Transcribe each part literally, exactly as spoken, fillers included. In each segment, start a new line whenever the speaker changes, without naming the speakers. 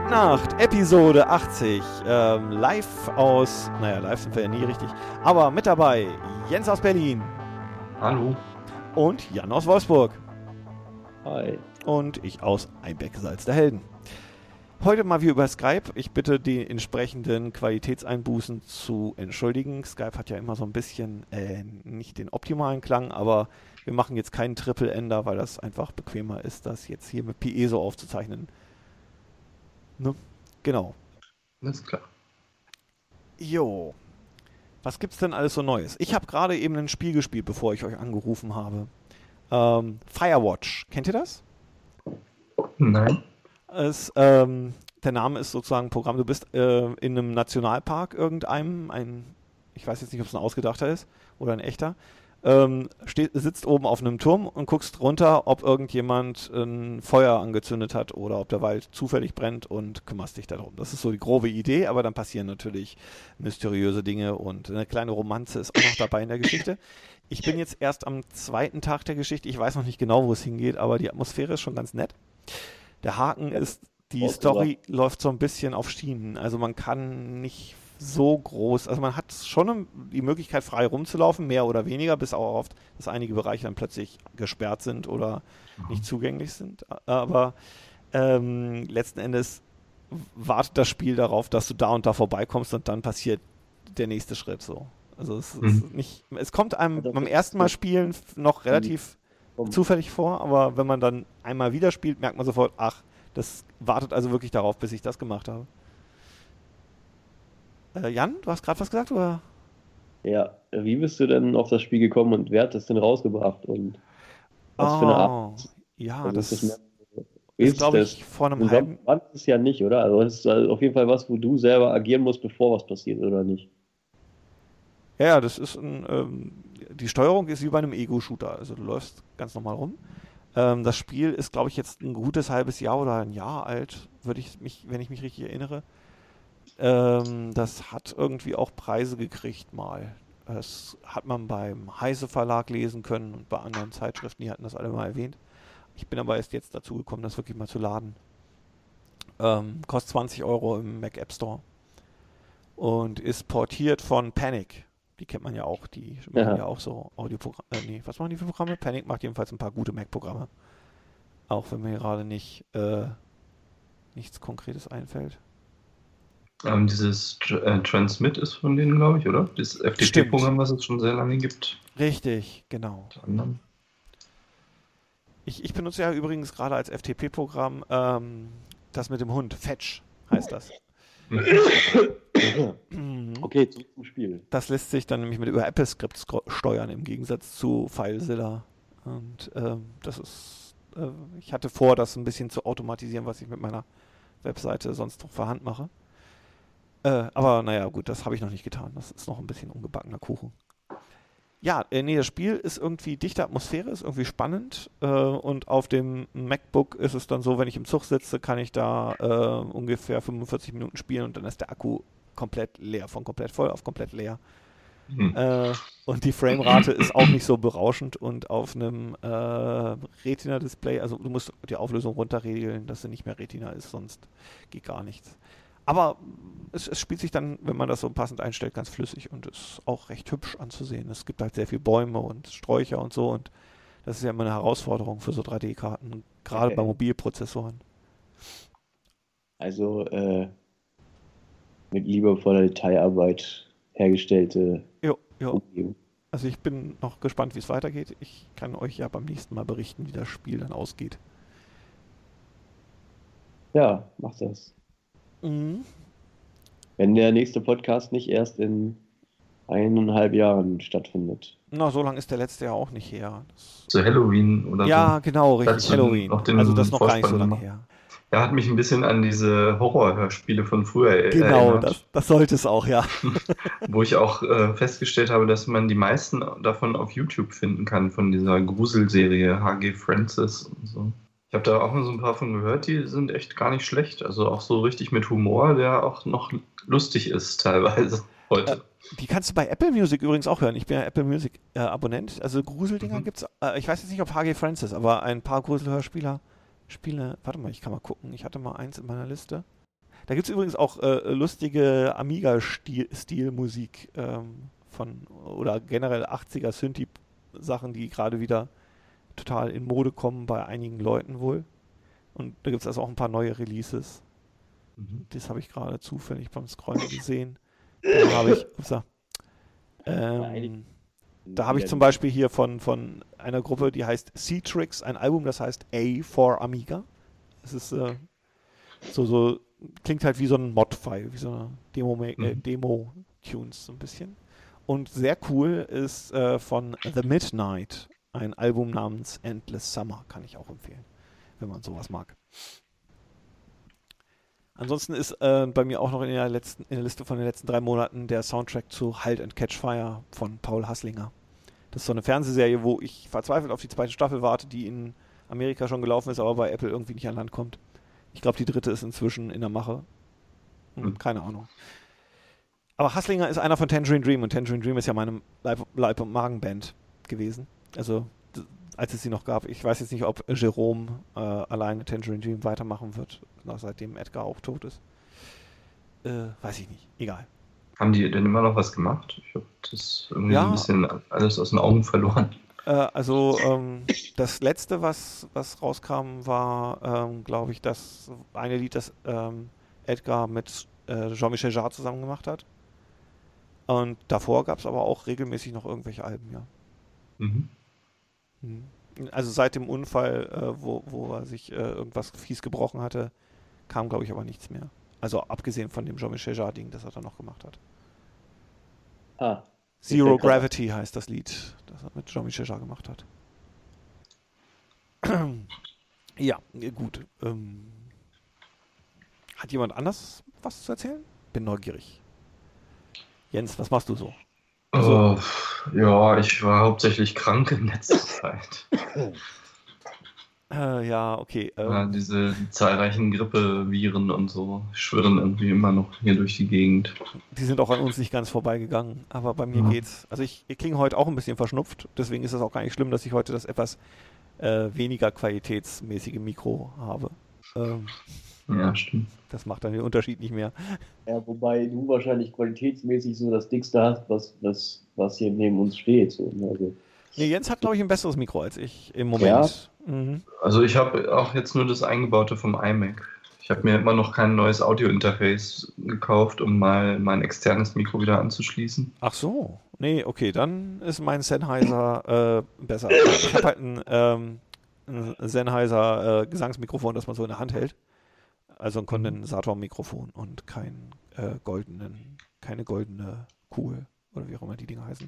Mitnacht, Episode achtzig, ähm, live aus, naja, live sind wir ja nie richtig, aber mit dabei Jens aus Berlin.
Hallo.
Und Jan aus Wolfsburg.
Hi.
Und ich aus Einbeck, Salz der Helden. Heute mal wieder über Skype. Ich bitte die entsprechenden Qualitätseinbußen zu entschuldigen. Skype hat ja immer so ein bisschen äh, nicht den optimalen Klang, aber wir machen jetzt keinen Triple-Ender, weil das einfach bequemer ist, das jetzt hier mit P E so aufzuzeichnen. Ne? Genau.
Alles klar.
Jo. Was gibt's denn alles so Neues? Ich habe gerade eben ein Spiel gespielt, bevor ich euch angerufen habe. Ähm, Firewatch. Kennt ihr das?
Nein.
Es, ähm, der Name ist sozusagen ein Programm. Du bist äh, in einem Nationalpark irgendeinem, ein, ich weiß jetzt nicht, ob es ein ausgedachter ist oder ein echter, ähm, steht, sitzt oben auf einem Turm und guckst runter, ob irgendjemand ein Feuer angezündet hat oder ob der Wald zufällig brennt und kümmerst dich darum. Das ist so die grobe Idee, aber dann passieren natürlich mysteriöse Dinge und eine kleine Romanze ist auch noch dabei in der Geschichte. Ich bin jetzt erst am zweiten Tag der Geschichte. Ich weiß noch nicht genau, wo es hingeht, aber die Atmosphäre ist schon ganz nett. Der Haken ist, die Story läuft so ein bisschen auf Schienen. Also man kann nicht so groß, also man hat schon die Möglichkeit, frei rumzulaufen, mehr oder weniger, bis auch oft, dass einige Bereiche dann plötzlich gesperrt sind oder nicht zugänglich sind. Aber ähm, letzten Endes wartet das Spiel darauf, dass du da und da vorbeikommst und dann passiert der nächste Schritt so. Also es ist
Mhm.
nicht, es kommt einem beim ersten Mal spielen noch relativ zufällig vor, aber wenn man dann einmal wieder spielt, merkt man sofort, ach, das wartet also wirklich darauf, bis ich das gemacht habe. Äh, Jan, du hast gerade was gesagt, oder?
Ja, wie bist du denn auf das Spiel gekommen und wer hat das denn rausgebracht und was für eine Art?
Ja,
Also
das
ist das mehr,
ist, glaube ich, vor einem halben...
Wann ist es ja nicht, oder? Also es ist also auf jeden Fall was, wo du selber agieren musst, bevor was passiert, oder nicht?
Ja, ja, das ist ein, ähm, die Steuerung ist wie bei einem Ego-Shooter, also du läufst ganz normal rum. Ähm, das Spiel ist, glaube ich, jetzt ein gutes halbes Jahr oder ein Jahr alt, würde ich mich, wenn ich mich richtig erinnere. Ähm, das hat irgendwie auch Preise gekriegt mal. Das hat man beim Heise Verlag lesen können und bei anderen Zeitschriften, die hatten das alle mal erwähnt. Ich bin aber erst jetzt dazu gekommen, das wirklich mal zu laden. Ähm, kostet zwanzig Euro im Mac App Store und ist portiert von Panic. Die kennt man ja auch, die machen
Ja.
ja auch so Audioprogramme. Äh, nee, was machen die für Programme? Panic macht jedenfalls ein paar gute Mac-Programme. Auch wenn mir gerade nicht äh, nichts Konkretes einfällt.
Ähm, dieses Tr- äh, Transmit ist von denen, glaube ich, oder? Das F T P-Programm, was es schon sehr lange gibt.
Richtig, genau.
Unter anderem.
Ich, ich benutze ja übrigens gerade als F T P-Programm ähm, das mit dem Hund. Fetch heißt das. Mhm.
Okay, zurück zum Spiel.
Das lässt sich dann nämlich mit über Apple-Scripts steuern, im Gegensatz zu FileZilla. Und ähm, das ist, äh, ich hatte vor, das ein bisschen zu automatisieren, was ich mit meiner Webseite sonst noch für Hand mache. Äh, aber naja, gut, das habe ich noch nicht getan. Das ist noch ein bisschen ungebackener Kuchen. Ja, äh, nee, das Spiel ist irgendwie dichte Atmosphäre, ist irgendwie spannend. Äh, und auf dem MacBook ist es dann so, wenn ich im Zug sitze, kann ich da äh, ungefähr fünfundvierzig Minuten spielen und dann ist der Akku komplett leer, von komplett voll auf komplett leer.
Hm.
Äh, und die Framerate ist auch nicht so berauschend und auf einem äh, Retina-Display, also du musst die Auflösung runterregeln, dass sie nicht mehr Retina ist, sonst geht gar nichts. Aber es, es spielt sich dann, wenn man das so passend einstellt, ganz flüssig und ist auch recht hübsch anzusehen. Es gibt halt sehr viele Bäume und Sträucher und so und das ist ja immer eine Herausforderung für so drei D-Karten, gerade
Okay.
bei Mobilprozessoren.
Also äh, mit liebevoller Detailarbeit hergestellte
Jo, jo.
Umgebung.
Also ich bin noch gespannt, wie es weitergeht. Ich kann euch ja beim nächsten Mal berichten, wie das Spiel dann ausgeht.
Ja, mach das.
Mhm.
Wenn der nächste Podcast nicht erst in eineinhalb Jahren stattfindet.
Na, so lange ist der letzte ja auch nicht her. Das
Zu Halloween oder
ja,
so.
genau, richtig,
Dazu
Halloween.
noch den
Also das ist noch gar nicht so
Vorspann
lange
gemacht.
her.
Ja, hat mich ein bisschen an diese Horrorhörspiele von früher er-
Genau,
erinnert.
das, das sollte es auch, ja.
Wo ich auch äh, festgestellt habe, dass man die meisten davon auf YouTube finden kann, von dieser Gruselserie H G Francis und so. Ich habe da auch mal so ein paar von gehört, die sind echt gar nicht schlecht. Also auch so richtig mit Humor, der auch noch lustig ist teilweise heute.
Die kannst du bei Apple Music übrigens auch hören. Ich bin ja Apple Music äh, Abonnent. Also Gruseldinger
Mhm.
gibt's. Äh, ich weiß jetzt nicht, ob H G Francis, aber ein paar Gruselhörspieler Spiele. Warte mal, ich kann mal gucken. Ich hatte mal eins in meiner Liste. Da gibt es übrigens auch äh, lustige Amiga-Stil-Musik ähm, von, oder generell achtziger Synthie-Sachen, die gerade wieder total in Mode kommen bei einigen Leuten wohl. Und da gibt es also auch ein paar neue Releases.
Mhm.
Das habe ich gerade zufällig beim Scrollen gesehen. Da habe ich, upsa, ähm, da habe ich zum Beispiel hier von, von einer Gruppe, die heißt C-Trix, ein Album, das heißt A for Amiga. Es ist äh, so, so, klingt halt wie so ein Mod-File, wie so eine Demo, äh,
Mhm.
Demo-Tunes so ein bisschen. Und sehr cool ist äh, von The Midnight ein Album namens Endless Summer, kann ich auch empfehlen, wenn man sowas mag. Ansonsten ist äh, bei mir auch noch in der, letzten, in der Liste von den letzten drei Monaten der Soundtrack zu Halt and Catch Fire von Paul Hasslinger. Das ist so eine Fernsehserie, wo ich verzweifelt auf die zweite Staffel warte, die in Amerika schon gelaufen ist, aber bei Apple irgendwie nicht an Land kommt. Ich glaube, die dritte ist inzwischen in der Mache. Hm,
Hm.
keine Ahnung. Aber Hasslinger ist einer von Tangerine Dream und Tangerine Dream ist ja meine Leib- Leib- und Magenband gewesen. Also, d- als es sie noch gab. Ich weiß jetzt nicht, ob Jerome äh, alleine Tangerine Dream weitermachen wird, nach seitdem Edgar auch tot ist. Äh, weiß ich nicht. Egal.
Haben die denn immer noch was gemacht? Ich habe das irgendwie
Ja.
so ein bisschen alles aus den Augen verloren.
Äh, also, ähm, das letzte, was, was rauskam, war, ähm, glaube ich, das eine Lied, das ähm, Edgar mit äh, Jean-Michel Jarre zusammen gemacht hat. Und davor gab es aber auch regelmäßig noch irgendwelche Alben, ja.
Mhm.
Mhm. Also seit dem Unfall, äh, wo, wo er sich äh, irgendwas fies gebrochen hatte, kam, glaube ich, aber nichts mehr. Also abgesehen von dem Jean-Michel Jarre-Ding, das er dann noch gemacht hat.
Ah,
Zero
fällt grad
Gravity heißt das Lied, das er mit Jean-Michel Jarre gemacht hat. Ja, gut. Ähm, hat jemand anders was zu erzählen? Bin neugierig. Jens, was machst du so? Also-
Oh, ja, ich war hauptsächlich krank in letzter Zeit.
Äh, ja, okay. Ähm,
Ja, diese zahlreichen Grippeviren und so schwirren irgendwie immer noch hier durch die Gegend.
Die sind auch an uns nicht ganz vorbeigegangen, aber bei mir
Ja.
geht's. Also ich, ich klinge heute auch ein bisschen verschnupft, deswegen ist es auch gar nicht schlimm, dass ich heute das etwas äh, weniger qualitätsmäßige Mikro habe. Ähm,
Ja, stimmt.
das macht dann den Unterschied nicht mehr.
Ja, wobei du wahrscheinlich qualitätsmäßig so das Dickste hast, was, was, was hier neben uns steht. So, ne? Also,
Nee, Jens hat, glaube ich, ein besseres Mikro als ich im Moment. Mhm.
Also ich habe auch jetzt nur das Eingebaute vom iMac. Ich habe mir immer noch kein neues Audio-Interface gekauft, um mal mein externes Mikro wieder anzuschließen.
Ach so. Nee, okay, dann ist mein Sennheiser äh, besser. Ich habe halt ein, ähm, ein Sennheiser äh, Gesangsmikrofon, das man so in der Hand hält. Also ein Kondensatormikrofon und kein äh, goldenen, keine goldene Kugel oder wie auch immer die Dinger heißen.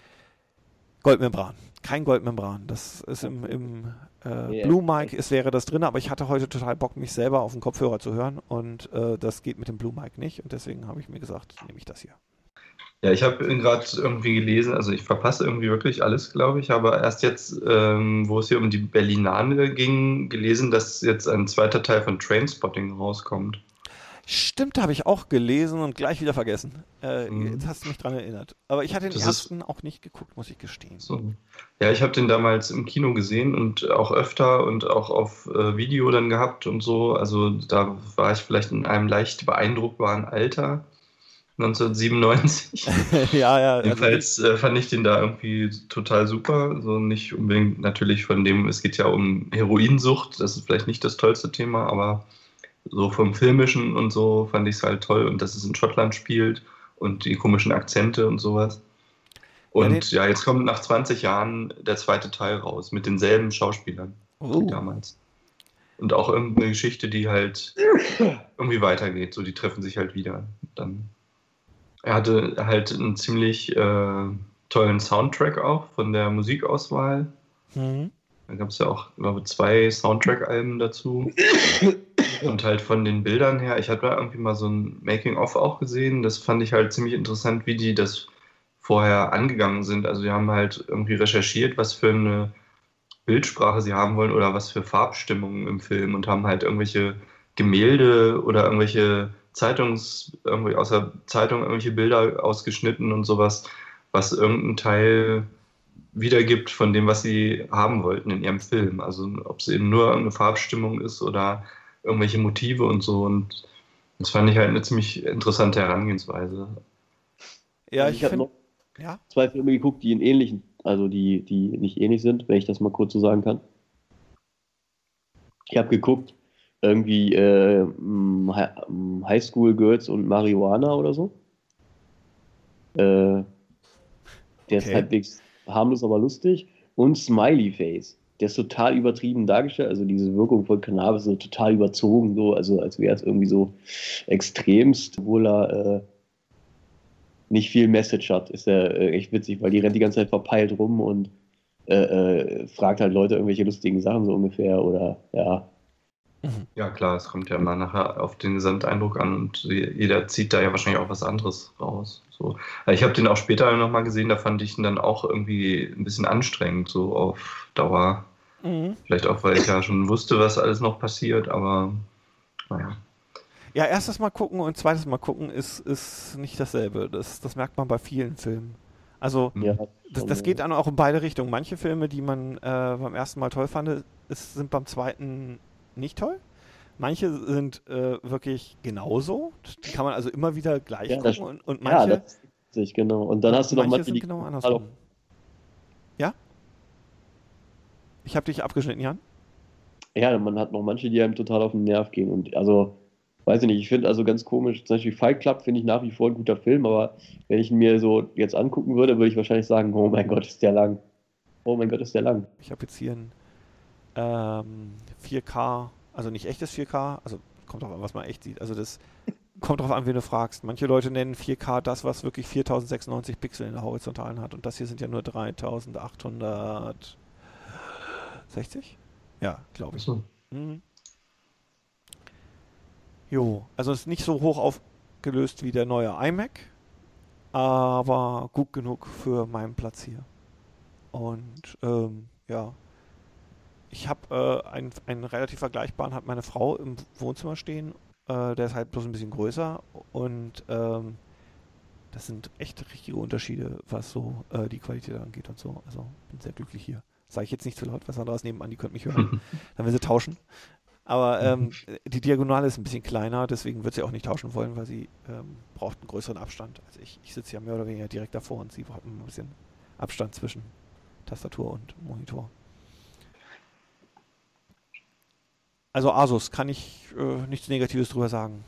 Goldmembran. Kein Goldmembran. Das ist im, im äh,
Ja.
Blue Mic, es wäre das drin, aber ich hatte heute total Bock, mich selber auf den Kopfhörer zu hören und äh, das geht mit dem Blue Mic nicht und deswegen habe ich mir gesagt, nehme ich das hier.
Ja, ich habe gerade irgendwie gelesen, also ich verpasse irgendwie wirklich alles, glaube ich, aber erst jetzt, ähm, wo es hier um die Berlinale ging, gelesen, dass jetzt ein zweiter Teil von Trainspotting rauskommt.
Stimmt, habe ich auch gelesen und gleich wieder vergessen. Äh,
Mhm.
Jetzt hast du mich dran erinnert. Aber ich hatte den
Das ist-
ersten auch nicht geguckt, muss ich gestehen.
So. Ja, ich habe den damals im Kino gesehen und auch öfter und auch auf äh, Video dann gehabt und so. Also da war ich vielleicht in einem leicht beeindruckbaren Alter, neunzehnhundertsiebenundneunzig.
ja, ja. Also
Jedenfalls äh, fand ich den da irgendwie total super. So nicht unbedingt natürlich von dem, es geht ja um Heroinsucht, das ist vielleicht nicht das tollste Thema, aber so vom Filmischen und so fand ich es halt toll und dass es in Schottland spielt und die komischen Akzente und sowas. Und ja,
den-
jetzt kommt nach zwanzig Jahren der zweite Teil raus mit denselben Schauspielern
Oh.
wie damals. Und auch irgendeine Geschichte, die halt irgendwie weitergeht. So, die treffen sich halt wieder. Dann er hatte halt einen ziemlich äh, tollen Soundtrack auch von der Musikauswahl.
Mhm.
Da gab es ja auch, glaube ich, zwei Soundtrack-Alben dazu. Und halt von den Bildern her, ich hatte da irgendwie mal so ein Making-of auch gesehen. Das fand ich halt ziemlich interessant, wie die das vorher angegangen sind. Also die haben halt irgendwie recherchiert, was für eine Bildsprache sie haben wollen oder was für Farbstimmungen im Film und haben halt irgendwelche Gemälde oder irgendwelche Zeitungs, irgendwie aus der Zeitung irgendwelche Bilder ausgeschnitten und sowas, was irgendein Teil wiedergibt von dem, was sie haben wollten in ihrem Film. Also ob es eben nur eine Farbstimmung ist oder irgendwelche Motive und so. Und Das fand ich halt eine ziemlich interessante Herangehensweise.
Ja,
Also
ich
ich habe
finde,
noch
ja,
zwei Filme geguckt, die in ähnlichen, also die, die nicht ähnlich sind, wenn ich das mal kurz so sagen kann. Ich habe geguckt, irgendwie äh, m, Hi- m, High School Girls und Marihuana oder so. Äh, Der ist
okay.
halbwegs harmlos, aber lustig. Und Smiley Face. Der ist total übertrieben dargestellt. Also diese Wirkung von Cannabis ist so total überzogen, so, also als wäre es irgendwie so extremst, obwohl er äh, nicht viel Message hat. Ist ja äh, echt witzig, weil die rennt die ganze Zeit verpeilt rum und äh, äh, fragt halt Leute irgendwelche lustigen Sachen so ungefähr. Oder ja.
Ja, klar, es kommt ja immer nachher auf den Gesamteindruck an und jeder zieht da ja wahrscheinlich auch was anderes raus. So. Ich habe den auch später nochmal gesehen, da fand ich ihn dann auch irgendwie ein bisschen anstrengend, so auf Dauer.
Mhm.
Vielleicht auch, weil ich ja schon wusste, was alles noch passiert, aber naja.
Ja, erstes Mal gucken und zweites Mal gucken ist, ist nicht dasselbe. Das, das merkt man bei vielen Filmen. Also,
Ja,
das,
schon,
das geht
äh,
dann auch in beide Richtungen. Manche Filme, die man äh, beim ersten Mal toll fand, ist, sind beim zweiten nicht toll. Manche sind äh, wirklich genauso. Die kann man also immer wieder gleich
ja, das,
gucken und, und
ja,
manche,
das ist witzig, genau. Und dann
und
hast du noch
manche
manche,
sind
die
genau
total auf
andersrum. Ja? Ich habe dich abgeschnitten, Jan.
Ja, man hat noch manche, die einem total auf den Nerv gehen. Und also, weiß ich nicht, ich finde also ganz komisch, zum Beispiel Fight Club finde ich nach wie vor ein guter Film, aber wenn ich ihn mir so jetzt angucken würde, würde ich wahrscheinlich sagen, oh mein Gott, ist der lang. Oh mein Gott, ist der lang.
Ich habe jetzt hier ein ähm, vier K, also nicht echtes vier K, also kommt drauf an, was man echt sieht. Also das kommt drauf an, wen du fragst. Manche Leute nennen vier K das, was wirklich viertausendsechsundneunzig Pixel in der Horizontalen hat und das hier sind ja nur dreitausendachthundertsechzig? Ja, glaube ich.
So.
Mhm. Jo, also ist nicht so hoch aufgelöst wie der neue iMac, aber gut genug für meinen Platz hier. Und ähm, ja, ich habe äh, einen, einen relativ vergleichbaren, hat meine Frau im Wohnzimmer stehen. Äh, der ist halt bloß ein bisschen größer und ähm, das sind echt richtige Unterschiede, was so äh, die Qualität angeht und so. Also bin sehr glücklich hier. Sage ich jetzt nicht zu laut, was anderes nebenan, die könnt mich hören. Dann will sie tauschen. Aber ähm, die Diagonale ist ein bisschen kleiner, deswegen wird sie auch nicht tauschen wollen, weil sie ähm, braucht einen größeren Abstand. Also ich, ich sitze ja mehr oder weniger direkt davor und sie braucht ein bisschen Abstand zwischen Tastatur und Monitor. Also Asus, kann ich äh, nichts Negatives drüber sagen.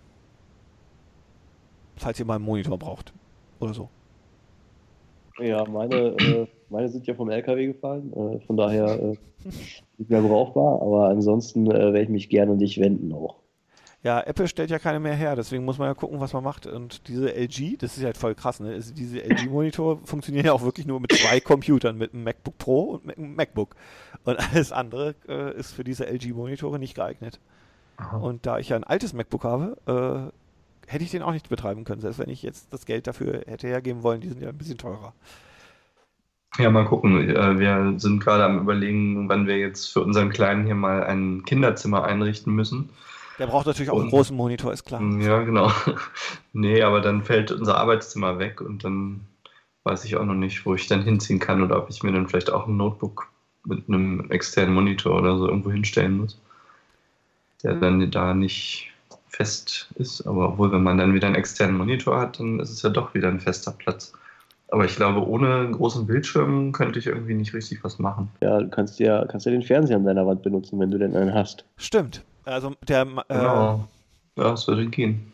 Falls ihr mal einen Monitor braucht. Oder so.
Ja, meine, äh, meine sind ja vom L K W gefallen, äh, von daher äh, nicht mehr brauchbar, aber ansonsten äh, werde ich mich gerne an dich wenden auch.
Ja, Apple stellt ja keine mehr her, deswegen muss man ja gucken, was man macht. Und diese L G, das ist halt voll krass, ne? Also diese L G-Monitore funktionieren ja auch wirklich nur mit zwei Computern, mit einem MacBook Pro und mit einem MacBook. Und alles andere äh, ist für diese L G-Monitore nicht geeignet.
Aha.
Und da ich ja ein altes MacBook habe, äh, hätte ich den auch nicht betreiben können, selbst wenn ich jetzt das Geld dafür hätte hergeben wollen. Die sind ja ein bisschen teurer.
Ja, mal gucken. Äh, Wir sind gerade am Überlegen, wann wir jetzt für unseren Kleinen hier mal ein Kinderzimmer einrichten müssen.
Der braucht natürlich auch einen
Und
großen Monitor, ist klar.
ja, genau. Nee, aber dann fällt unser Arbeitszimmer weg und dann weiß ich auch noch nicht, wo ich dann hinziehen kann oder ob ich mir dann vielleicht auch ein Notebook mit einem externen Monitor oder so irgendwo hinstellen muss, der dann da nicht fest ist. Aber obwohl, wenn man dann wieder einen externen Monitor hat, dann ist es ja doch wieder ein fester Platz. Aber ich glaube, ohne großen Bildschirm könnte ich irgendwie nicht richtig was machen.
Ja, du kannst ja, kannst ja den Fernseher an deiner Wand benutzen, wenn du denn einen hast.
Stimmt. Also der äh,
Genau. Ja, es würde gehen.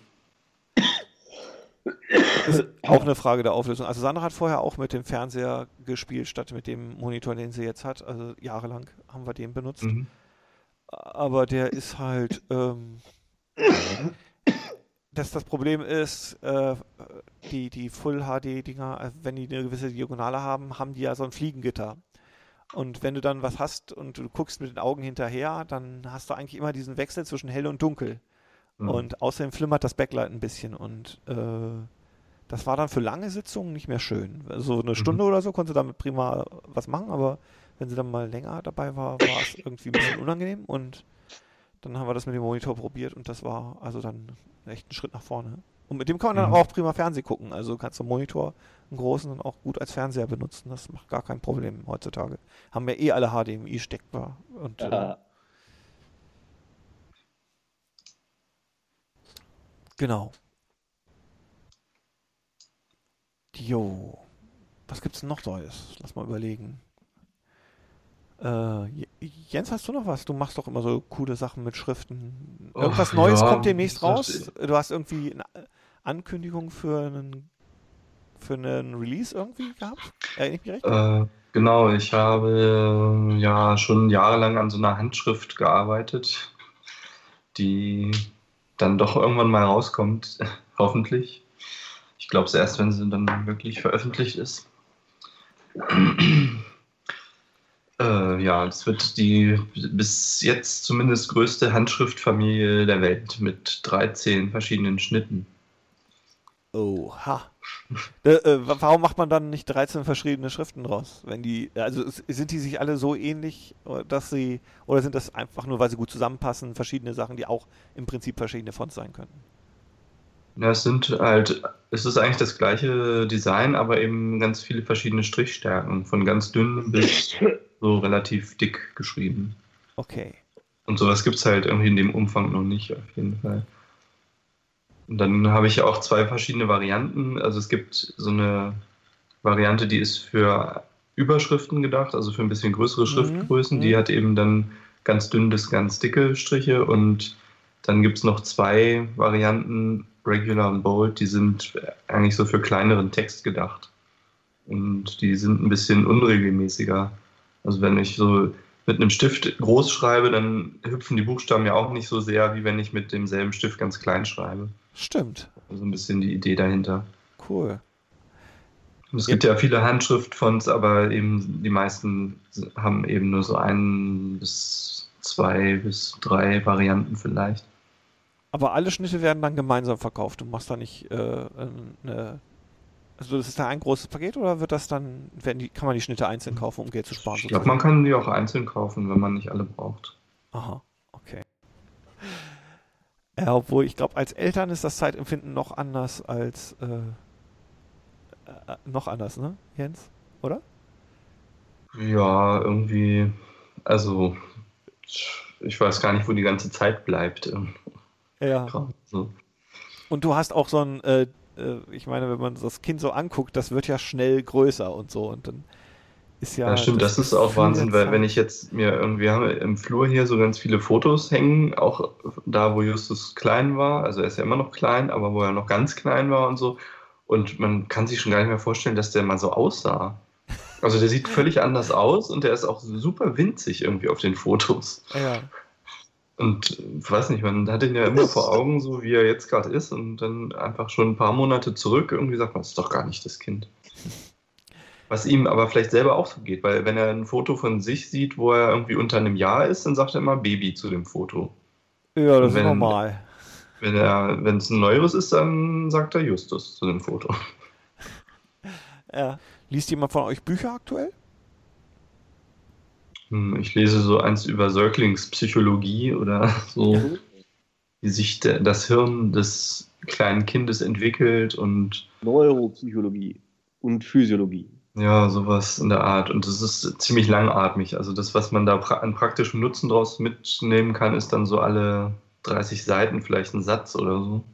ist auch eine Frage der Auflösung. Also Sandra hat vorher auch mit dem Fernseher gespielt, statt mit dem Monitor, den sie jetzt hat. Also jahrelang haben wir den benutzt.
Mhm.
Aber der ist halt, ähm, dass das Problem ist, äh, die, die Full-H D-Dinger, wenn die eine gewisse Diagonale haben, haben die ja so ein Fliegengitter. Und wenn du dann was hast und du guckst mit den Augen hinterher, dann hast du eigentlich immer diesen Wechsel zwischen hell und dunkel.
Mhm.
Und außerdem flimmert das Backlight ein bisschen. Und äh, das war dann für lange Sitzungen nicht mehr schön. So also eine Stunde
Mhm.
oder so konnte damit prima was machen, aber wenn sie dann mal länger dabei war, war es irgendwie ein bisschen unangenehm. Und dann haben wir das mit dem Monitor probiert und das war also dann echt ein Schritt nach vorne. Und mit dem kann man dann
Mhm.
auch prima Fernsehen gucken. Also kannst du einen Monitor, einen großen, dann auch gut als Fernseher benutzen. Das macht gar kein Problem heutzutage. Haben wir eh alle H D M I steckbar. Und äh,
Ja,
Genau. Jo. Was gibt's denn noch Neues? Lass mal überlegen. Äh, Jens, hast du noch was? Du machst doch immer so coole Sachen mit Schriften. Irgendwas
Och,
Neues
ja,
kommt demnächst
wie gesagt,
raus? Du hast irgendwie eine Ankündigung für einen, für einen Release irgendwie gehabt? Erinnere ich mich recht?
Äh, genau, ich habe äh, ja schon jahrelang an so einer Handschrift gearbeitet, die dann doch irgendwann mal rauskommt, hoffentlich. Ich glaube es erst, wenn sie dann wirklich veröffentlicht ist. äh, ja, es wird die bis jetzt zumindest größte Handschriftfamilie der Welt mit dreizehn verschiedenen Schnitten.
Oha. äh, äh, warum macht man dann nicht dreizehn verschiedene Schriften draus? Wenn die, also sind die sich alle so ähnlich, dass sie, oder sind das einfach nur, weil sie gut zusammenpassen, verschiedene Sachen, die auch im Prinzip verschiedene Fonts sein könnten?
Ja, es sind halt, es ist eigentlich das gleiche Design, aber eben ganz viele verschiedene Strichstärken, von ganz dünn bis so relativ dick geschrieben.
Okay.
Und sowas gibt es halt irgendwie in dem Umfang noch nicht, auf jeden Fall. Und dann habe ich auch zwei verschiedene Varianten. Also es gibt so eine Variante, die ist für Überschriften gedacht, also für ein bisschen größere Schriftgrößen.
Mhm.
Die hat eben dann ganz dünn bis ganz dicke Striche. Und dann gibt es noch zwei Varianten, Regular und Bold, die sind eigentlich so für kleineren Text gedacht. Und die sind ein bisschen unregelmäßiger. Also wenn ich so mit einem Stift groß schreibe, dann hüpfen die Buchstaben ja auch nicht so sehr, wie wenn ich mit demselben Stift ganz klein schreibe.
Stimmt.
Also ein bisschen die Idee dahinter.
Cool.
Und es gibt ja viele Handschriftfonts, aber eben die meisten haben eben nur so ein bis zwei bis drei Varianten vielleicht.
Aber alle Schnitte werden dann gemeinsam verkauft. Du machst da nicht äh, eine. Also das ist da ein großes Paket oder wird das dann, werden die, kann man die Schnitte einzeln kaufen, um Geld zu sparen?
Ich glaube, man kann die auch einzeln kaufen, wenn man nicht alle braucht.
Aha, okay. Ja, obwohl ich glaube, als Eltern ist das Zeitempfinden noch anders als äh, äh, noch anders, ne, Jens? Oder?
Ja, irgendwie, also ich weiß gar nicht, wo die ganze Zeit bleibt.
Ja.
Gerade so.
Und du hast auch so ein, äh, äh, ich meine, wenn man das Kind so anguckt, das wird ja schnell größer und so und dann ist ja.
Ja, stimmt, das, das ist auch Wahnsinn, weil wenn ich jetzt mir irgendwie, haben wir im Flur hier so ganz viele Fotos hängen, auch da, wo Justus klein war, also er ist ja immer noch klein, aber wo er noch ganz klein war und so, und man kann sich schon gar nicht mehr vorstellen, dass der mal so aussah. Also der sieht völlig anders aus und der ist auch super winzig irgendwie auf den Fotos.
Ja.
Und ich weiß nicht, man hat ihn ja immer vor Augen, so wie er jetzt gerade ist, und dann einfach schon ein paar Monate zurück irgendwie sagt man, das ist doch gar nicht das Kind. Was ihm aber vielleicht selber auch so geht, weil wenn er ein Foto von sich sieht, wo er irgendwie unter einem Jahr ist, dann sagt er immer Baby zu dem Foto.
Ja, das
Und wenn,
ist normal.
Wenn er, wenn es ein neueres ist, dann sagt er Justus zu dem Foto.
Ja. Liest jemand von euch Bücher aktuell?
Ich lese so eins über Säuglingspsychologie oder so,
Ja.
wie sich der, das Hirn des kleinen Kindes entwickelt und
Neuropsychologie und Physiologie.
ja, sowas in der Art. Und das ist ziemlich langatmig. Also das, was man da pra- an praktischem Nutzen draus mitnehmen kann, ist dann so alle dreißig Seiten vielleicht ein Satz oder so.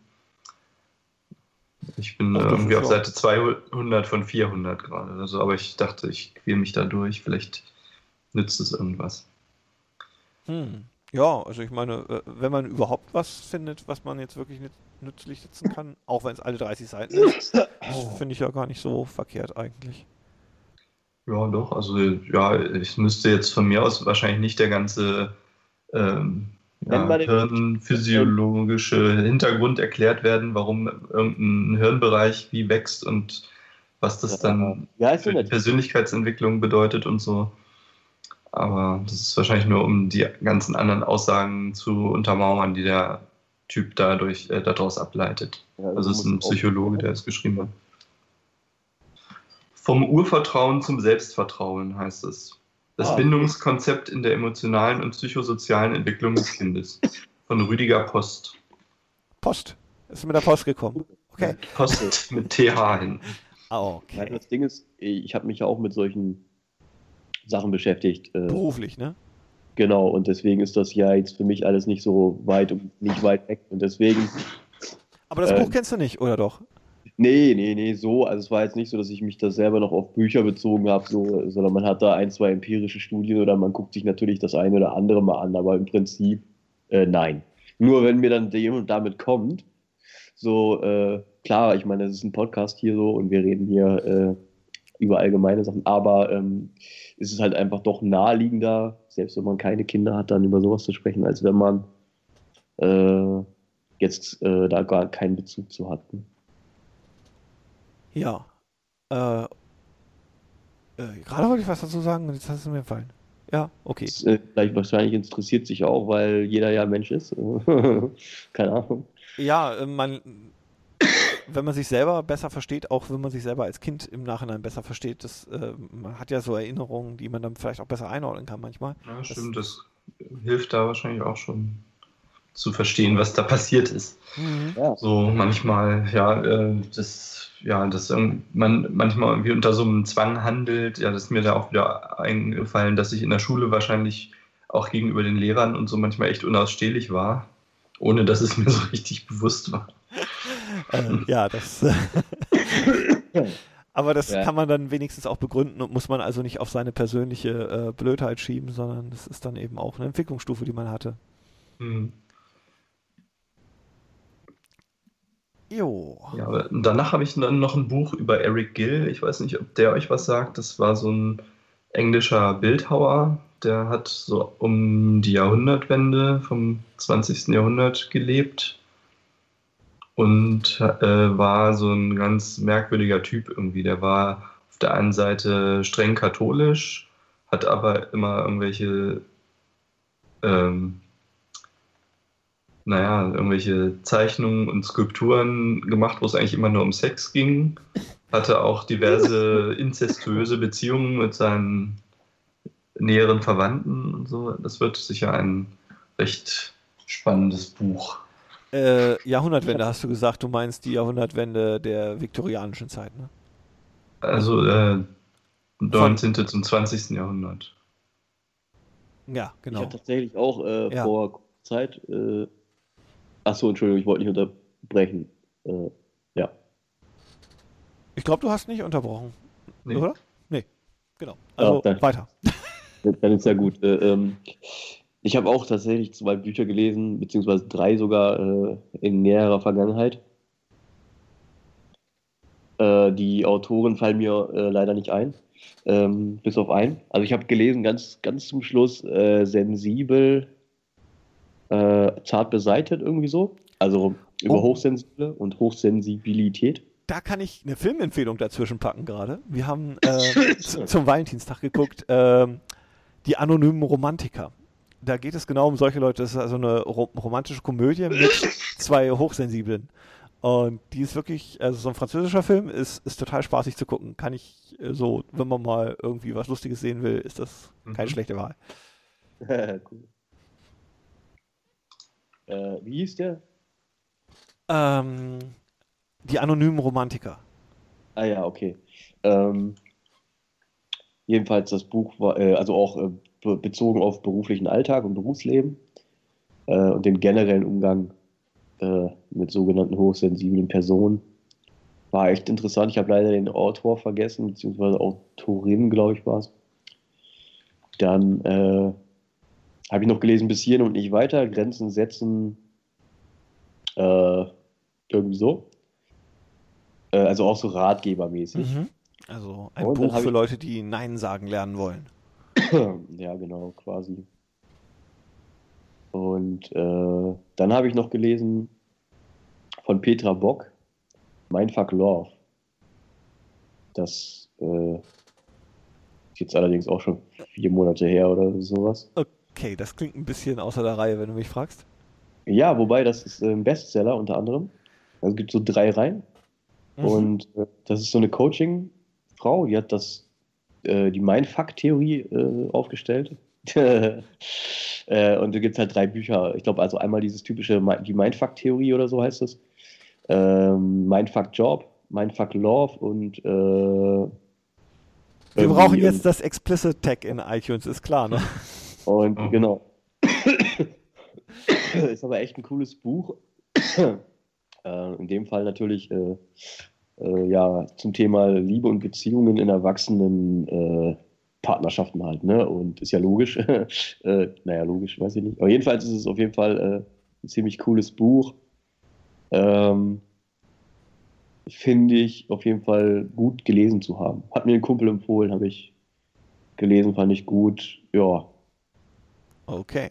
Ich bin
Ach, das
irgendwie
ist
auf
ja-
Seite zweihundert von vierhundert gerade. Also, aber ich dachte, ich quäle mich da durch. Vielleicht nützt es irgendwas.
Hm. Ja, also ich meine, äh, wenn man überhaupt was findet, was man jetzt wirklich nüt- nützlich setzen kann, auch wenn es alle dreißig Seiten ist, das finde ich ja gar nicht so verkehrt eigentlich.
Ja, doch. Also ja, ich müsste jetzt von mir aus wahrscheinlich nicht der ganze ähm, ja,
Nenn mal den-
hirnphysiologische Hintergrund erklärt werden, warum irgendein Hirnbereich wie wächst und was das
Ja,
dann
wie heißt
für
denn
die
das?
Persönlichkeitsentwicklung bedeutet und so. Aber das ist wahrscheinlich nur, um die ganzen anderen Aussagen zu untermauern, die der Typ dadurch, äh, daraus ableitet.
Ja,
Also es ist ein
muss auch-
Psychologe, der es geschrieben hat. Vom Urvertrauen zum Selbstvertrauen heißt es. Das
Ah.
Bindungskonzept in der emotionalen und psychosozialen Entwicklung des Kindes. Von Rüdiger Post.
Post. Ist mit der Post gekommen. Okay.
Post mit T H hin.
Ah,
Nein,
okay.
das Ding ist, ich habe mich ja auch mit solchen Sachen beschäftigt. Äh,
Beruflich, ne?
genau, und deswegen ist das ja jetzt für mich alles nicht so weit und nicht weit weg. Und deswegen,
Aber das
Äh,
Buch kennst du nicht, oder doch?
Nee, nee, nee, so. Also es war jetzt nicht so, dass ich mich da selber noch auf Bücher bezogen habe, so, sondern man hat da ein, zwei empirische Studien oder man guckt sich natürlich das eine oder andere mal an, aber im Prinzip äh, nein. Nur wenn mir dann jemand damit kommt, so, äh, klar, ich meine, das ist ein Podcast hier so und wir reden hier äh, über allgemeine Sachen, aber ähm, ist es halt einfach doch naheliegender, selbst wenn man keine Kinder hat, dann über sowas zu sprechen, als wenn man äh, jetzt äh, da gar keinen Bezug zu hat. Ne?
Ja. Äh, äh, gerade wollte ich was dazu sagen und jetzt hast du mir gefallen. Ja, okay.
Das, äh, vielleicht wahrscheinlich interessiert sich auch, weil jeder ja Mensch ist. Keine Ahnung.
Ja, äh, man, wenn man sich selber besser versteht, auch wenn man sich selber als Kind im Nachhinein besser versteht, das, äh, man hat ja so Erinnerungen, die man dann vielleicht auch besser einordnen kann manchmal.
Ja, stimmt, das, das hilft da wahrscheinlich auch schon zu verstehen, was da passiert ist.
Mhm.
Ja.
So manchmal, ja, äh, das, ja, dass man manchmal irgendwie unter so einem Zwang handelt. Ja, das ist mir da auch wieder eingefallen, dass ich in der Schule wahrscheinlich auch gegenüber den Lehrern und so manchmal echt unausstehlich war, ohne dass es mir so richtig bewusst war.
Äh, ja, das. Aber das
Ja.
kann man dann wenigstens auch begründen und muss man also nicht auf seine persönliche äh, Blödheit schieben, sondern das ist dann eben auch eine Entwicklungsstufe, die man hatte.
Hm.
Jo.
Ja, aber danach habe ich dann noch ein Buch über Eric Gill. Ich weiß nicht, ob der euch was sagt. Das war so ein englischer Bildhauer. Der hat so um die Jahrhundertwende vom zwanzigsten Jahrhundert gelebt und äh, war so ein ganz merkwürdiger Typ irgendwie. Der war auf der einen Seite streng katholisch, hat aber immer irgendwelche ähm, naja, irgendwelche Zeichnungen und Skulpturen gemacht, wo es eigentlich immer nur um Sex ging. Hatte auch diverse inzestuöse Beziehungen mit seinen näheren Verwandten und so. Das wird sicher ein recht spannendes Buch.
Äh, Jahrhundertwende hast du gesagt, du meinst die Jahrhundertwende der viktorianischen Zeit, ne?
Also äh, neunzehnten zum zwanzigsten Jahrhundert.
Ja,
Ich
genau.
habe tatsächlich auch äh,
Ja.
vor kurzer Zeit. Äh, Achso, Entschuldigung, ich wollte nicht unterbrechen. Äh, ja.
Ich glaube, du hast nicht unterbrochen,
Nee.
oder? Nee, genau. Also
dann-
weiter.
Dann ist ja gut. Äh, ähm, ich habe auch tatsächlich zwei Bücher gelesen, beziehungsweise drei sogar äh, in näherer Vergangenheit. Äh, die Autoren fallen mir äh, leider nicht ein, ähm, bis auf einen. Also ich habe gelesen, ganz, ganz zum Schluss, äh, sensibel, äh, zart beseitet, irgendwie so. Also über
Oh.
Hochsensible und Hochsensibilität.
Da kann ich eine Filmempfehlung dazwischen packen gerade. Wir haben äh, z- zum Valentinstag geguckt, ähm, die anonymen Romantiker. Da geht es genau um solche Leute. Das ist also eine ro romantische Komödie mit zwei Hochsensiblen. Und die ist wirklich, also so ein französischer Film, ist, ist total spaßig zu gucken. Kann ich äh, so, wenn man mal irgendwie was Lustiges sehen will, ist das keine
Mhm.
schlechte Wahl.
Cool. Äh, wie hieß der?
Ähm, die anonymen Romantiker.
Ah ja, okay. Ähm, jedenfalls das Buch war, äh, also auch äh, be bezogen auf beruflichen Alltag und Berufsleben äh, und den generellen Umgang äh, mit sogenannten hochsensiblen Personen. War echt interessant. Ich habe leider den Autor vergessen, beziehungsweise Autorin, glaube ich, war es. Dann äh, habe ich noch gelesen, bis hierhin und nicht weiter, Grenzen setzen, äh, irgendwie so. Äh, also auch so ratgebermäßig.
Mhm. Also ein
Und dann
Buch
hab
für
ich-
Leute, die Nein sagen lernen wollen.
Ja, genau, quasi. Und äh, dann habe ich noch gelesen von Petra Bock, Mindfuck Love. Das äh, ist jetzt allerdings auch schon vier Monate her oder sowas.
Okay, das klingt ein bisschen außer der Reihe, wenn du mich fragst.
Ja, wobei das ist äh, ein Bestseller unter anderem. Also es gibt so drei Reihen.
Mhm.
Und äh, das ist so eine Coaching-Frau, die hat das, äh, die Mindfuck-Theorie äh, aufgestellt. äh, und da gibt es halt drei Bücher. Ich glaube, also einmal dieses typische, Mi- die Mindfuck-Theorie oder so heißt es. Ähm, Mindfuck Job, Mindfuck Love und äh,
Wir
irgendwie-
brauchen jetzt das Explicit Tag in iTunes, ist klar, ne?
Und
Mhm.
genau. Ist aber echt ein cooles Buch. Äh, in dem Fall natürlich äh, äh, ja zum Thema Liebe und Beziehungen in erwachsenen äh, Partnerschaften halt, ne? Und ist ja logisch. äh, naja, logisch, weiß ich nicht. Aber jedenfalls ist es auf jeden Fall äh, ein ziemlich cooles Buch. Ähm, Finde ich auf jeden Fall gut gelesen zu haben. Hat mir ein Kumpel empfohlen, habe ich gelesen, fand ich gut. Ja,
Okay.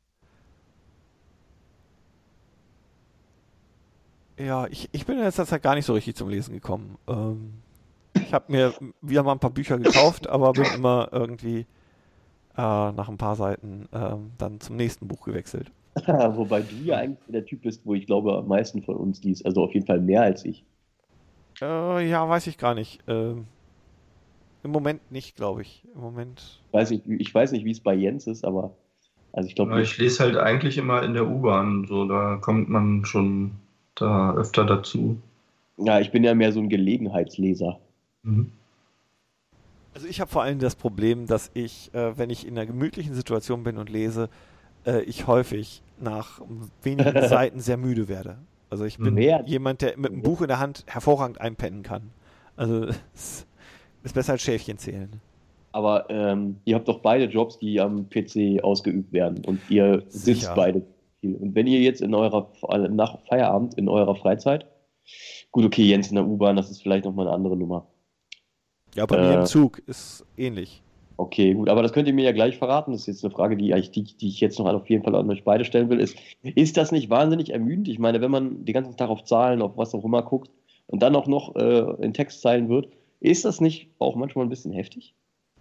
Ja, ich, ich bin in letzter Zeit gar nicht so richtig zum Lesen gekommen. Ähm, ich habe mir wieder mal ein paar Bücher gekauft, aber bin immer irgendwie äh, nach ein paar Seiten ähm, dann zum nächsten Buch gewechselt.
wobei du ja eigentlich der Typ bist, wo ich glaube, am meisten von uns liest. Also auf jeden Fall mehr als ich.
Äh, ja, weiß ich gar nicht. Ähm, im Moment nicht, glaube ich. Im Moment.
Weiß ich, ich weiß nicht, wie es bei Jens ist, aber also ich glaube
Ja, ich
nicht.
lese halt eigentlich immer in der U-Bahn, so, da kommt man schon da öfter dazu.
Ja, ich bin ja mehr so ein Gelegenheitsleser.
Mhm.
Also ich habe vor allem das Problem, dass ich, äh, wenn ich in einer gemütlichen Situation bin und lese, äh, ich häufig nach wenigen Seiten sehr müde werde. Also ich bin
Wer?
jemand, der mit einem Buch in der Hand hervorragend einpennen kann. Also es ist besser als Schäfchen zählen.
Aber ähm, ihr habt doch beide Jobs, die am P C ausgeübt werden und ihr sitzt
Sicher.
beide viel. Und wenn ihr jetzt in eurer nach Feierabend in eurer Freizeit, gut, okay, Jens in der U-Bahn, das ist vielleicht nochmal eine andere Nummer.
Ja, bei mir im
Äh,
Zug ist ähnlich.
Okay, gut, aber das könnt ihr mir ja gleich verraten. Das ist jetzt eine Frage, die, ich- die, die ich jetzt noch auf jeden Fall an euch beide stellen will. Ist, ist das nicht wahnsinnig ermüdend? Ich meine, wenn man den ganzen Tag auf Zahlen, auf was auch immer guckt und dann auch noch äh, in Textzeilen wird, ist das nicht auch manchmal ein bisschen heftig?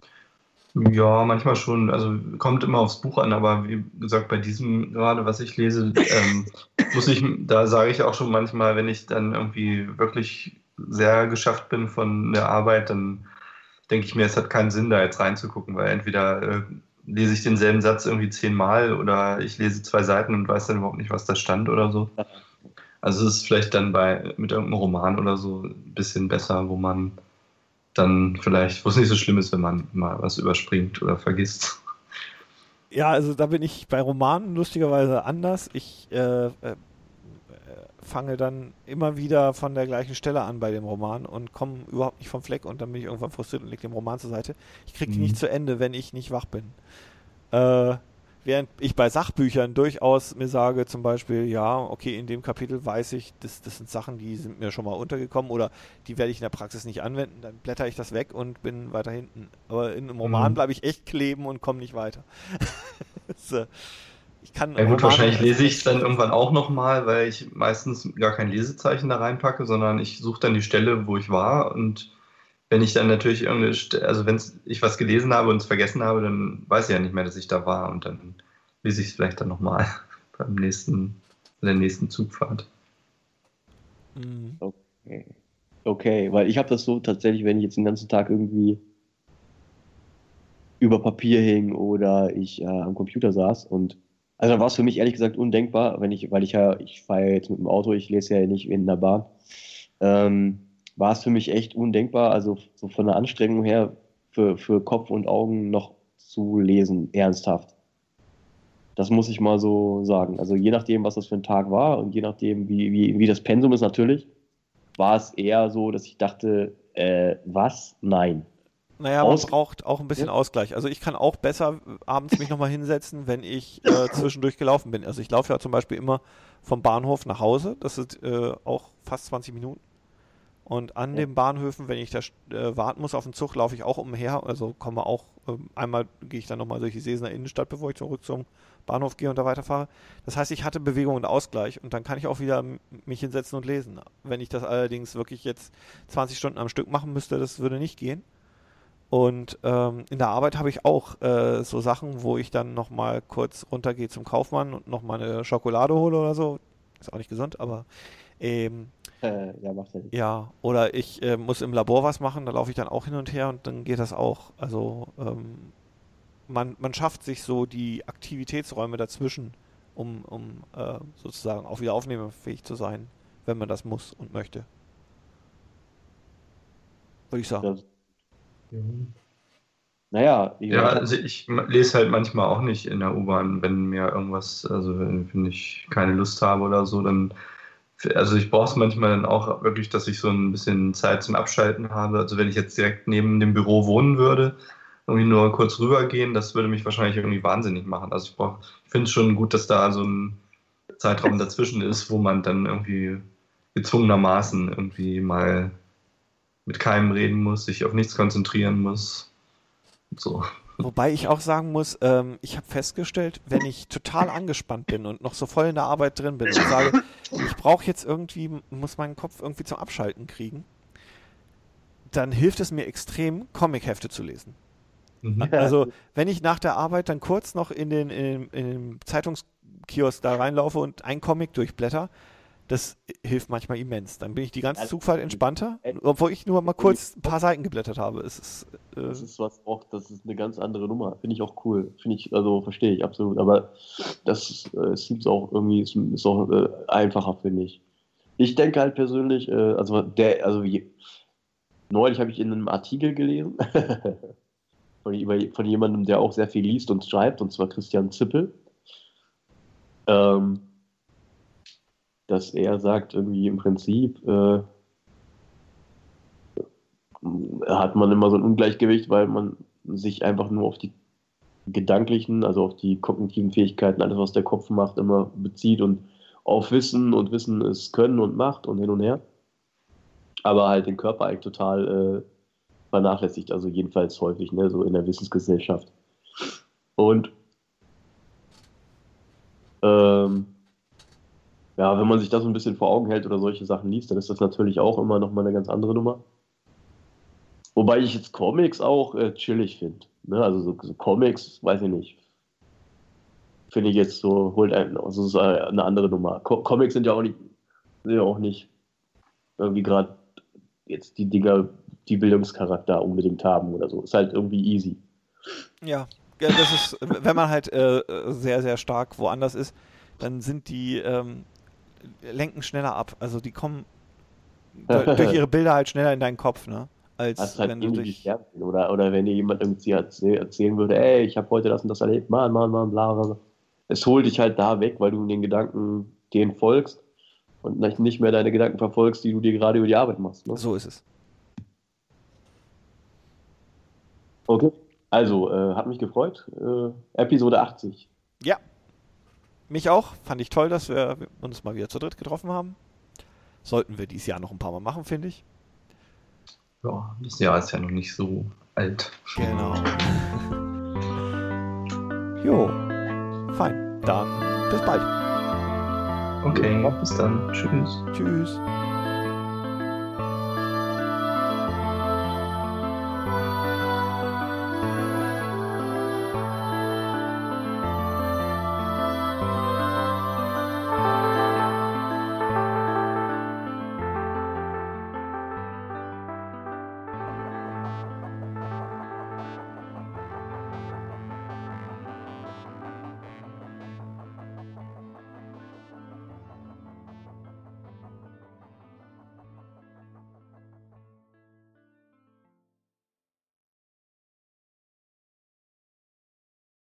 Ja, manchmal schon. Also kommt immer aufs Buch an, aber wie gesagt, bei diesem gerade, was ich lese, ähm, muss ich, da sage ich auch schon manchmal, wenn ich dann irgendwie wirklich sehr geschafft bin von der Arbeit, dann denke ich mir, es hat keinen Sinn, da jetzt reinzugucken, weil entweder äh, lese ich denselben Satz irgendwie zehnmal oder ich lese zwei Seiten und weiß dann überhaupt nicht, was da stand oder so. Also es ist vielleicht dann bei mit irgendeinem Roman oder so ein bisschen besser, wo man dann vielleicht, wo es nicht so schlimm ist, wenn man mal was überspringt oder vergisst.
Ja, also da bin ich bei Romanen lustigerweise anders. Ich äh, äh, fange dann immer wieder von der gleichen Stelle an bei dem Roman und komme überhaupt nicht vom Fleck und dann bin ich irgendwann frustriert und lege den Roman zur Seite. Ich kriege die
Mhm.
nicht zu Ende, wenn ich nicht wach bin. Äh, während ich bei Sachbüchern durchaus mir sage, zum Beispiel, ja, okay, in dem Kapitel weiß ich, das, das sind Sachen, die sind mir schon mal untergekommen oder die werde ich in der Praxis nicht anwenden, dann blätter ich das weg und bin weiter hinten. Aber in einem Roman
Mhm.
bleibe ich echt kleben und komme nicht weiter. Das, äh, ich kann
Ja gut,
Romane
wahrscheinlich
also
lese ich
echt
es dann
schlecht
irgendwann auch nochmal, weil ich meistens gar kein Lesezeichen da reinpacke, sondern ich suche dann die Stelle, wo ich war, und wenn ich dann natürlich irgendeine, St- also wenn ich was gelesen habe und es vergessen habe, dann weiß ich ja nicht mehr, dass ich da war, und dann lese ich es vielleicht dann nochmal beim nächsten, bei der nächsten Zugfahrt.
Mhm.
Okay, okay, weil ich habe das so tatsächlich, wenn ich jetzt den ganzen Tag irgendwie über Papier hing oder ich äh, am Computer saß und also dann war es für mich ehrlich gesagt undenkbar, wenn ich, weil ich ja, ich fahre ja jetzt mit dem Auto, ich lese ja nicht in der Bahn, ähm, war es für mich echt undenkbar, also so von der Anstrengung her für, für Kopf und Augen noch zu lesen, ernsthaft. Das muss ich mal so sagen. Also je nachdem, was das für ein Tag war und je nachdem, wie, wie, wie das Pensum ist natürlich, war es eher so, dass ich dachte, äh, was? Nein.
Naja, man
Aus
braucht auch ein bisschen Ausgleich. Also ich kann auch besser abends mich nochmal hinsetzen, wenn ich äh, zwischendurch gelaufen bin. Also ich laufe ja zum Beispiel immer vom Bahnhof nach Hause. Das sind äh, auch fast zwanzig Minuten. Und an
Ja.
den Bahnhöfen, wenn ich da äh, warten muss auf den Zug, laufe ich auch umher. Also komme auch, ähm, einmal gehe ich dann nochmal durch die Sesener Innenstadt, bevor ich zurück zum Bahnhof gehe und da weiterfahre. Das heißt, ich hatte Bewegung und Ausgleich und dann kann ich auch wieder m- mich hinsetzen und lesen. Wenn ich das allerdings wirklich jetzt zwanzig Stunden am Stück machen müsste, das würde nicht gehen. Und ähm, in der Arbeit habe ich auch äh, so Sachen, wo ich dann nochmal kurz runtergehe zum Kaufmann und nochmal eine Schokolade hole oder so. Ist auch nicht gesund, aber ähm,
Äh, ja, macht er nicht.
ja, oder ich äh, muss im Labor was machen, da laufe ich dann auch hin und her und dann geht das auch. Also ähm, man, man schafft sich so die Aktivitätsräume dazwischen, um, um äh, sozusagen auch wieder aufnahmefähig zu sein, wenn man das muss und möchte. Würde ich sagen.
Das, naja, wie
Ja,
gesagt,
also ich lese halt manchmal auch nicht in der U-Bahn, wenn mir irgendwas, also wenn, wenn ich keine Lust habe oder so, dann also ich brauche es manchmal dann auch wirklich, dass ich so ein bisschen Zeit zum Abschalten habe. Also wenn ich jetzt direkt neben dem Büro wohnen würde, irgendwie nur kurz rübergehen, das würde mich wahrscheinlich irgendwie wahnsinnig machen. Also ich brauche, ich finde es schon gut, dass da so ein Zeitraum dazwischen ist, wo man dann irgendwie gezwungenermaßen irgendwie mal mit keinem reden muss, sich auf nichts konzentrieren muss. Und so.
Wobei ich auch sagen muss, ähm, ich habe festgestellt, wenn ich total angespannt bin und noch so voll in der Arbeit drin bin und sage, ich brauche jetzt irgendwie, muss meinen Kopf irgendwie zum Abschalten kriegen, dann hilft es mir extrem, Comichefte zu lesen.
Mhm.
Also wenn ich nach der Arbeit dann kurz noch in den, in, in den Zeitungskiosk da reinlaufe und einen Comic durchblätter, das hilft manchmal immens. Dann bin ich die ganze Zugfahrt entspannter, obwohl ich nur mal kurz ein paar Seiten geblättert habe. Es ist, äh
das ist was auch, das ist eine ganz andere Nummer. Finde ich auch cool. Finde ich, also verstehe ich absolut. Aber das äh, ist auch irgendwie, ist, ist auch äh, einfacher, finde ich. Ich denke halt persönlich, äh, also der, also je, neulich habe ich in einem Artikel gelesen von, von jemandem, der auch sehr viel liest und schreibt, und zwar Christian Zippel. Ähm, dass er sagt, irgendwie im Prinzip äh, hat man immer so ein Ungleichgewicht, weil man sich einfach nur auf die gedanklichen, also auf die kognitiven Fähigkeiten, alles, was der Kopf macht, immer bezieht und auf Wissen und Wissen ist Können und Macht und hin und her. Aber halt den Körper eigentlich total äh, vernachlässigt, also jedenfalls häufig, ne, so in der Wissensgesellschaft. Und ähm, ja, wenn man sich das ein bisschen vor Augen hält oder solche Sachen liest, dann ist das natürlich auch immer nochmal eine ganz andere Nummer. Wobei ich jetzt Comics auch äh, chillig finde. Ne? Also so, so Comics, weiß ich nicht. Finde ich jetzt so, holt einen, also ist eine andere Nummer. Co- Comics sind ja auch nicht, sind ja auch nicht irgendwie gerade jetzt die Dinger, die Bildungscharakter unbedingt haben oder so. Ist halt irgendwie easy.
Ja, ja, das ist, wenn man halt äh, sehr, sehr stark woanders ist, dann sind die ähm, lenken schneller ab. Also die kommen durch ihre Bilder halt schneller in deinen Kopf, ne? Als
das ist halt
wenn du
irgendwie
dich...
Fernsehen. Oder, oder wenn dir jemand irgendwie erzähl, erzählen würde, ey, ich habe heute das und das erlebt, Mann, Mann, Mann, bla, bla, bla. Es holt dich halt da weg, weil du den Gedanken denen folgst und nicht mehr deine Gedanken verfolgst, die du dir gerade über die Arbeit machst. Ne?
So ist es.
Okay, also, äh, hat mich gefreut. Äh, Episode achtzig.
Ja, mich auch. Fand ich toll, dass wir uns mal wieder zu dritt getroffen haben. Sollten wir dieses Jahr noch ein paar Mal machen, finde ich.
Ja, das Jahr ist ja noch nicht so alt.
Genau. Jo, fein. Dann bis bald.
Okay, bis dann. Tschüss.
Tschüss.